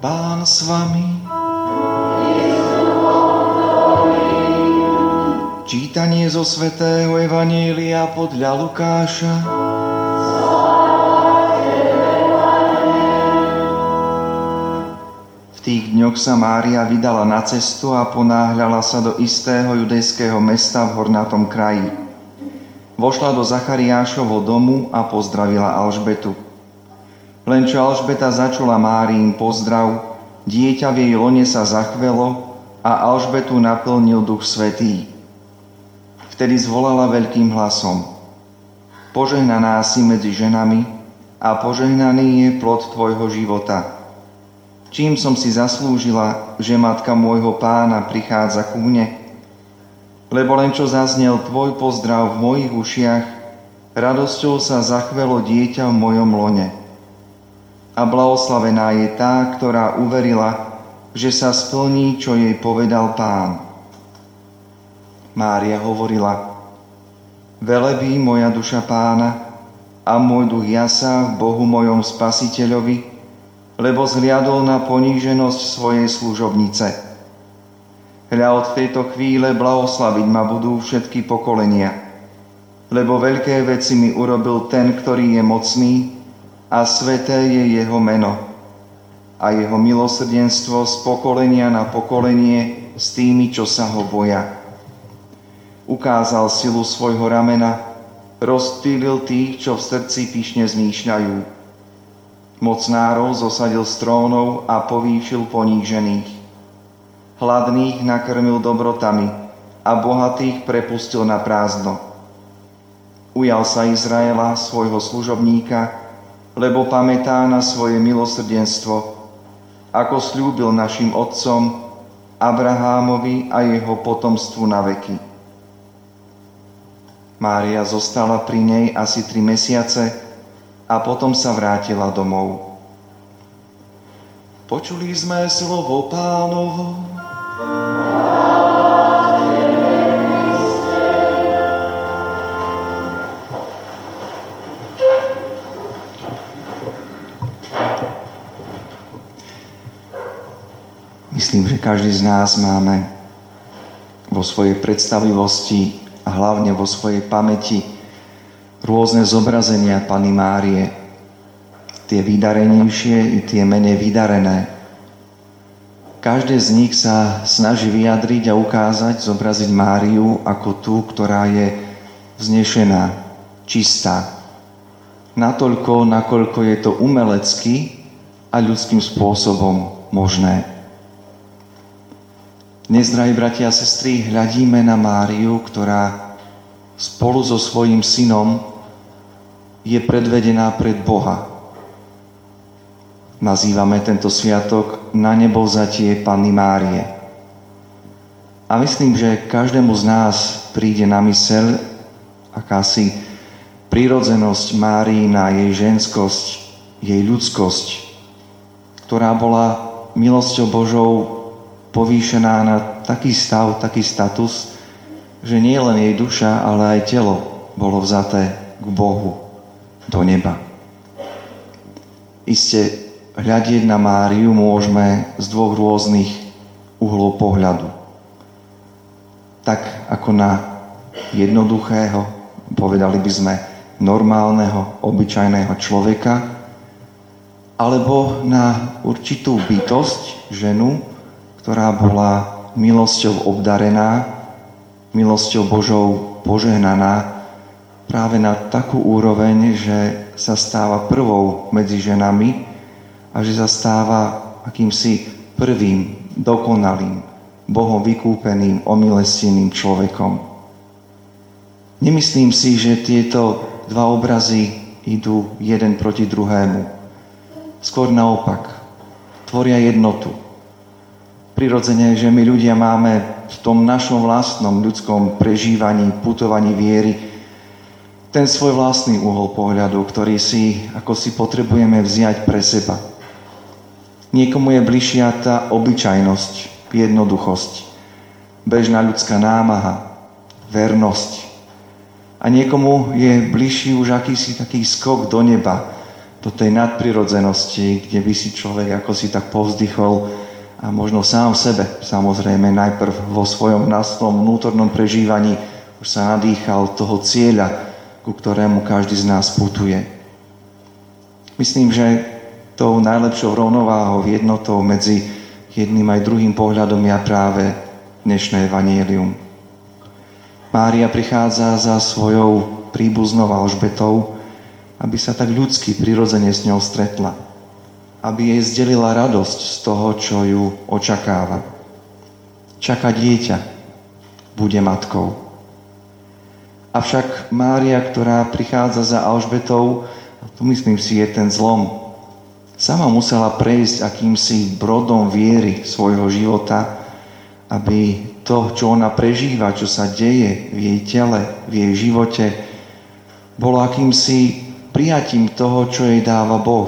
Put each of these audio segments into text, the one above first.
Pán s vami. Čítanie zo svätého Evanjelia podľa Lukáša. V tých dňoch sa Mária vydala na cestu a ponáhľala sa do istého judejského mesta v hornatom kraji. Vošla do Zachariášovho domu a pozdravila Alžbetu. Len čo Alžbeta začula Máriin pozdrav, dieťa v jej lone sa zachvelo a Alžbetu naplnil Duch Svätý. Vtedy zvolala veľkým hlasom: Požehnaná si medzi ženami a požehnaný je plod tvojho života. Čím som si zaslúžila, že matka môjho Pána prichádza ku mne? Lebo len čo zaznel tvoj pozdrav v mojich ušiach, radosťou sa zachvelo dieťa v mojom lone. A blahoslavená je tá, ktorá uverila, že sa splní, čo jej povedal Pán. Mária hovorila: Velebí moja duša Pána a môj duch jasá v Bohu mojom Spasiteľovi, lebo zhliadol na poníženosť svojej služobnice. Hľa od tejto chvíle blahoslaviť ma budú všetky pokolenia, lebo veľké veci mi urobil ten, ktorý je mocný, a sväté je jeho meno. A jeho milosrdenstvo z pokolenia na pokolenie s tými, čo sa ho boja. Ukázal silu svojho ramena, rozptýlil tých, čo v srdci pyšne zmýšľajú. Mocnárov zosadil z trónov a povýšil ponížených. Hladných nakrmil dobrotami a bohatých prepustil na prázdno. Ujal sa Izraela, svojho služobníka, lebo pamätá na svoje milosrdenstvo, ako sľúbil našim otcom, Abrahámovi a jeho potomstvu na veky. Mária zostala pri nej asi 3 mesiace a potom sa vrátila domov. Počuli sme slovo Pánovo. Myslím, že každý z nás máme vo svojej predstavivosti a hlavne vo svojej pamäti rôzne zobrazenia Panny Márie, tie vydarenejšie i tie menej vydarené. Každé z nich sa snaží vyjadriť a ukázať, zobraziť Máriu ako tú, ktorá je vznešená, čistá. Natoľko, nakoľko je to umelecky a ľudským spôsobom možné. Dnes, drahí bratia a sestry, hľadíme na Máriu, ktorá spolu so svojím synom je predvedená pred Boha. Nazývame tento sviatok Na nebovzatie Panny Márie. A myslím, že každému z nás príde na myseľ akási prirodzenosť Máriina, jej ženskosť, jej ľudskosť, ktorá bola milosťou Božou povýšená na taký stav, taký status, že nie len jej duša, ale aj telo bolo vzaté k Bohu, do neba. Iste hľadieť na Máriu môžeme z 2 rôznych uhlov pohľadu. Tak ako na jednoduchého, povedali by sme normálneho, obyčajného človeka, alebo na určitú bytosť, ženu, ktorá bola milosťou obdarená, milosťou Božou požehnaná, práve na takú úroveň, že sa stáva prvou medzi ženami a že sa stáva akýmsi prvým, dokonalým, Bohom vykúpeným, omilostneným človekom. Nemyslím si, že tieto 2 obrazy idú jeden proti druhému. Skôr naopak, tvoria jednotu. Prirodzene, že my ľudia máme v tom našom vlastnom ľudskom prežívaní, putovaní viery ten svoj vlastný uhol pohľadu, ktorý ako si potrebujeme vziať pre seba. Niekomu je bližšia tá obyčajnosť, jednoduchosť, bežná ľudská námaha, vernosť. A niekomu je bližší už akýsi taký skok do neba, do tej nadprirodzenosti, kde by si človek ako si tak povzdychol a možno sám v sebe, samozrejme, najprv vo svojom vnútornom prežívaní už sa nadýchal toho cieľa, ku ktorému každý z nás putuje. Myslím, že tou najlepšou rovnováhou, jednotou medzi jedným aj druhým pohľadom je práve dnešné evanjelium. Mária prichádza za svojou príbuznou Alžbetou, aby sa tak ľudsky, prirodzene s ňou stretla. Aby jej zdelila radosť z toho, čo ju očakáva. Čaká dieťa, bude matkou. Avšak Mária, ktorá prichádza za Alžbetou, a tu myslím si je ten zlom, sama musela prejsť akýmsi brodom viery svojho života, aby to, čo ona prežíva, čo sa deje v jej tele, v jej živote, bolo akýmsi prijatím toho, čo jej dáva Boh.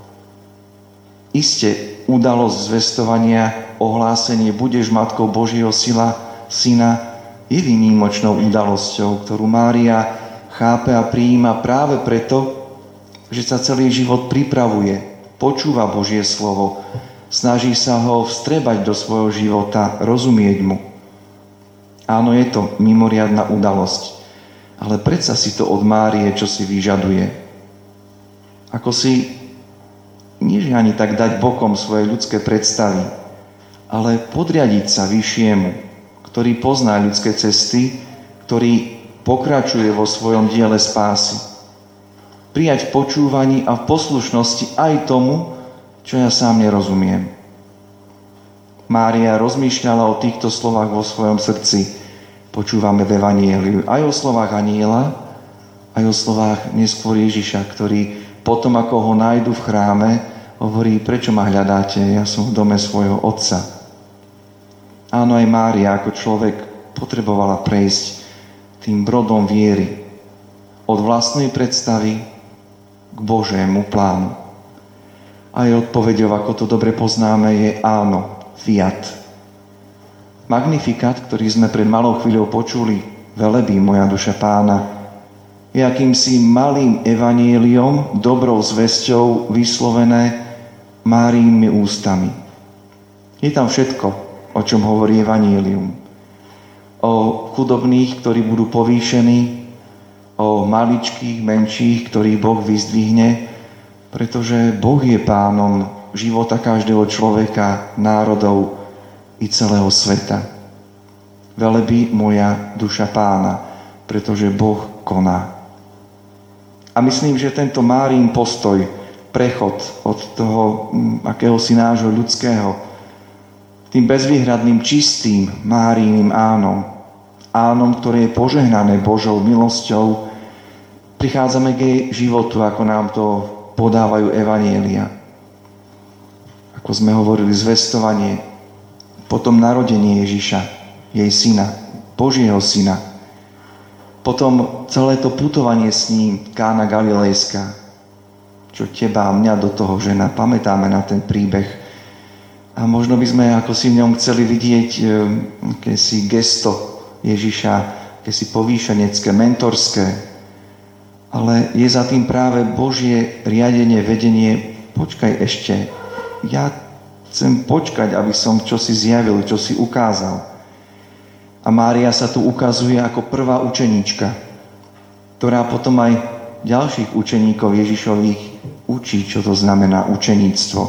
Iste udalosť zvestovania, ohlásenie budeš matkou Božieho syna je výnimočnou udalosťou, ktorú Mária chápe a prijíma práve preto, že sa celý život pripravuje, počúva Božie slovo, snaží sa ho vstrebať do svojho života, rozumieť mu. Áno, je to mimoriadna udalosť, ale predsa si to od Márie čo si vyžaduje. Ako si nie ani tak dať bokom svoje ľudské predstavy, ale podriadiť sa vyššiemu, ktorý pozná ľudské cesty, ktorý pokračuje vo svojom diele spásy. Prijať v počúvaní a v poslušnosti aj tomu, čo ja sám nerozumiem. Mária rozmýšľala o týchto slovách vo svojom srdci. Počúvame v evanjeliu aj o slovách anjela, aj o slovách neskôr Ježiša, ktorý potom, ako ho nájdu v chráme, hovorí, prečo ma hľadáte, ja som v dome svojho otca. Áno, aj Mária ako človek potrebovala prejsť tým brodom viery od vlastnej predstavy k Božiemu plánu. A jej odpoveďou, ako to dobre poznáme, je áno, fiat. Magnifikát, ktorý sme pred malou chvíľou počuli, velebí moja duša Pána, je akýmsi malým evanjeliom, dobrou zvesťou vyslovené Máriinými ústami. Je tam všetko, o čom hovorí evanjelium. O chudobných, ktorí budú povýšení, o maličkých, menších, ktorých Boh vyzdvihne, pretože Boh je pánom života každého človeka, národov i celého sveta. Velebí moja duša Pána, pretože Boh koná. A myslím, že tento Máriin postoj, prechod od toho akéhosi nášho ľudského, tým bezvýhradným, čistým Máriiným ánom, ktoré je požehnané Božou milosťou, prichádzame k jej životu, ako nám to podávajú evanjelia. Ako sme hovorili, zvestovanie, potom narodenie Ježiša, jej syna, Božieho syna, potom celé to putovanie s ním, Kána Galilejská, čo teba a mňa do toho žena, pamätáme na ten príbeh. A možno by sme ako si v ňom chceli vidieť akési gesto Ježiša, akési povýšenecké, mentorské, ale je za tým práve Božie riadenie, vedenie. Počkaj ešte, ja chcem počkať, aby som čosi zjavil, čosi ukázal. A Mária sa tu ukazuje ako prvá učeníčka, ktorá potom aj ďalších učeníkov Ježišových učí, čo to znamená učeníctvo.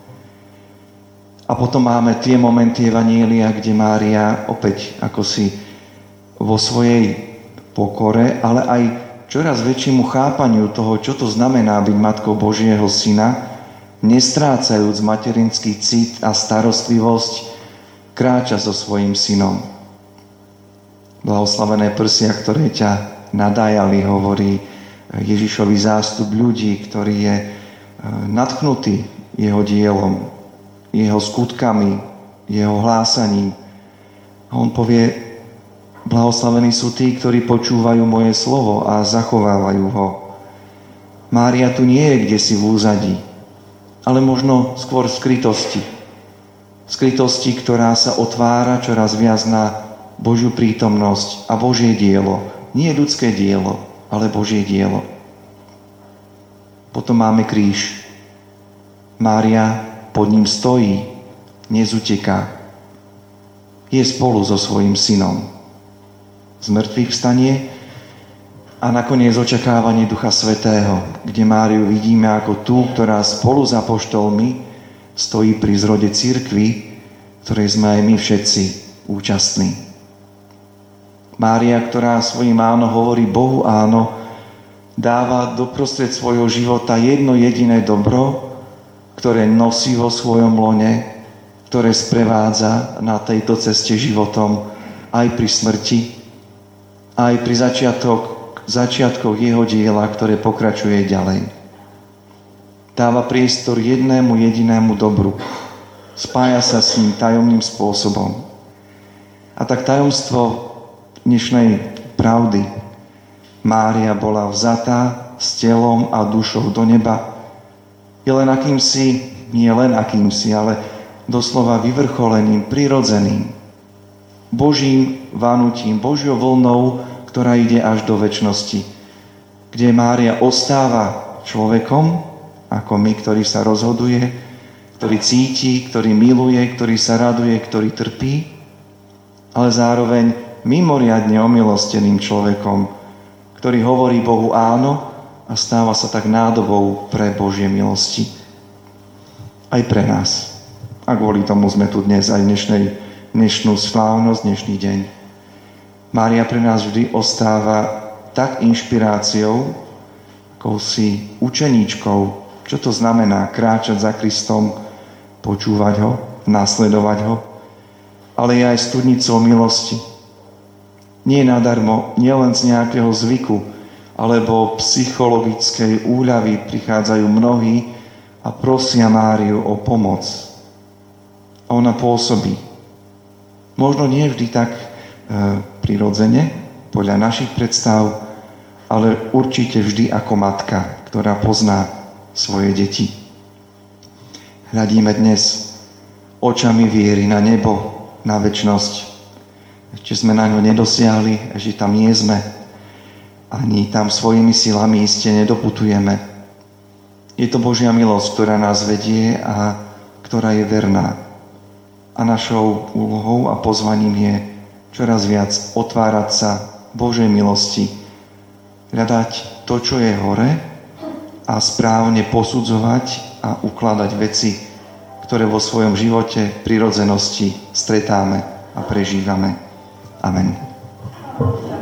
A potom máme tie momenty evanjelia, kde Mária opäť ako si vo svojej pokore, ale aj čoraz väčšiemu chápaniu toho, čo to znamená byť matkou Božieho syna, nestrácajúc materinský cit a starostlivosť, kráča so svojím synom. Blahoslavené prsia, ktoré ťa nadájali, hovorí Ježišový zástup ľudí, ktorý je nadchnutý jeho dielom, jeho skutkami, jeho hlásaním. A on povie, blahoslavení sú tí, ktorí počúvajú moje slovo a zachovávajú ho. Mária tu nie je kdesi v úzadí, ale možno skôr v skrytosti. V skrytosti, ktorá sa otvára čoraz viac na Božiu prítomnosť a Božie dielo. Nie ľudské dielo, ale Božie dielo. Potom máme kríž. Mária pod ním stojí, nezuteká. Je spolu so svojím synom. Z mŕtvych vstanie a nakoniec očakávanie Ducha Svätého, kde Máriu vidíme ako tú, ktorá spolu s apoštolmi stojí pri zrode cirkvi, ktorej sme aj my všetci účastní. Mária, ktorá svojím áno hovorí Bohu áno, dáva doprostred svojho života jedno jediné dobro, ktoré nosí vo svojom lone, ktoré sprevádza na tejto ceste životom aj pri smrti, aj pri začiatkoch jeho diela, ktoré pokračuje ďalej. Dáva priestor jednému jedinému dobru. Spája sa s ním tajomným spôsobom. A tak tajomstvo dnešnej pravdy. Mária bola vzatá s telom a dušou do neba. Je len akýmsi, nie len akýmsi, ale doslova vyvrcholeným, prirodzeným, Božím vanutím, Božiou vlnou, ktorá ide až do večnosti, kde Mária ostáva človekom, ako my, ktorý sa rozhoduje, ktorý cíti, ktorý miluje, ktorý sa raduje, ktorý trpí, ale zároveň mimoriadne omilosteným človekom, ktorý hovorí Bohu áno a stáva sa tak nádobou pre Božie milosti. Aj pre nás. A kvôli tomu sme tu dnes aj dnešnú slávnosť, dnešný deň. Mária pre nás vždy ostáva tak inšpiráciou, akousi učeníčkou, čo to znamená kráčať za Kristom, počúvať ho, nasledovať ho, ale je aj studnicou milosti. Nie nadarmo, nielen z nejakého zvyku, alebo psychologickej úľavy prichádzajú mnohí a prosia Máriu o pomoc. A ona pôsobí. Možno nie vždy tak prirodzene, podľa našich predstav, ale určite vždy ako matka, ktorá pozná svoje deti. Hľadíme dnes očami viery na nebo, na večnosť. Ešte sme na ňo nedosiahli, ešte tam nie sme. Ani tam svojimi silami iste nedoputujeme. Je to Božia milosť, ktorá nás vedie a ktorá je verná. A našou úlohou a pozvaním je čoraz viac otvárať sa Božej milosti, hľadať to, čo je hore a správne posudzovať a ukladať veci, ktoré vo svojom živote prirodzenosti stretáme a prežívame. Amen.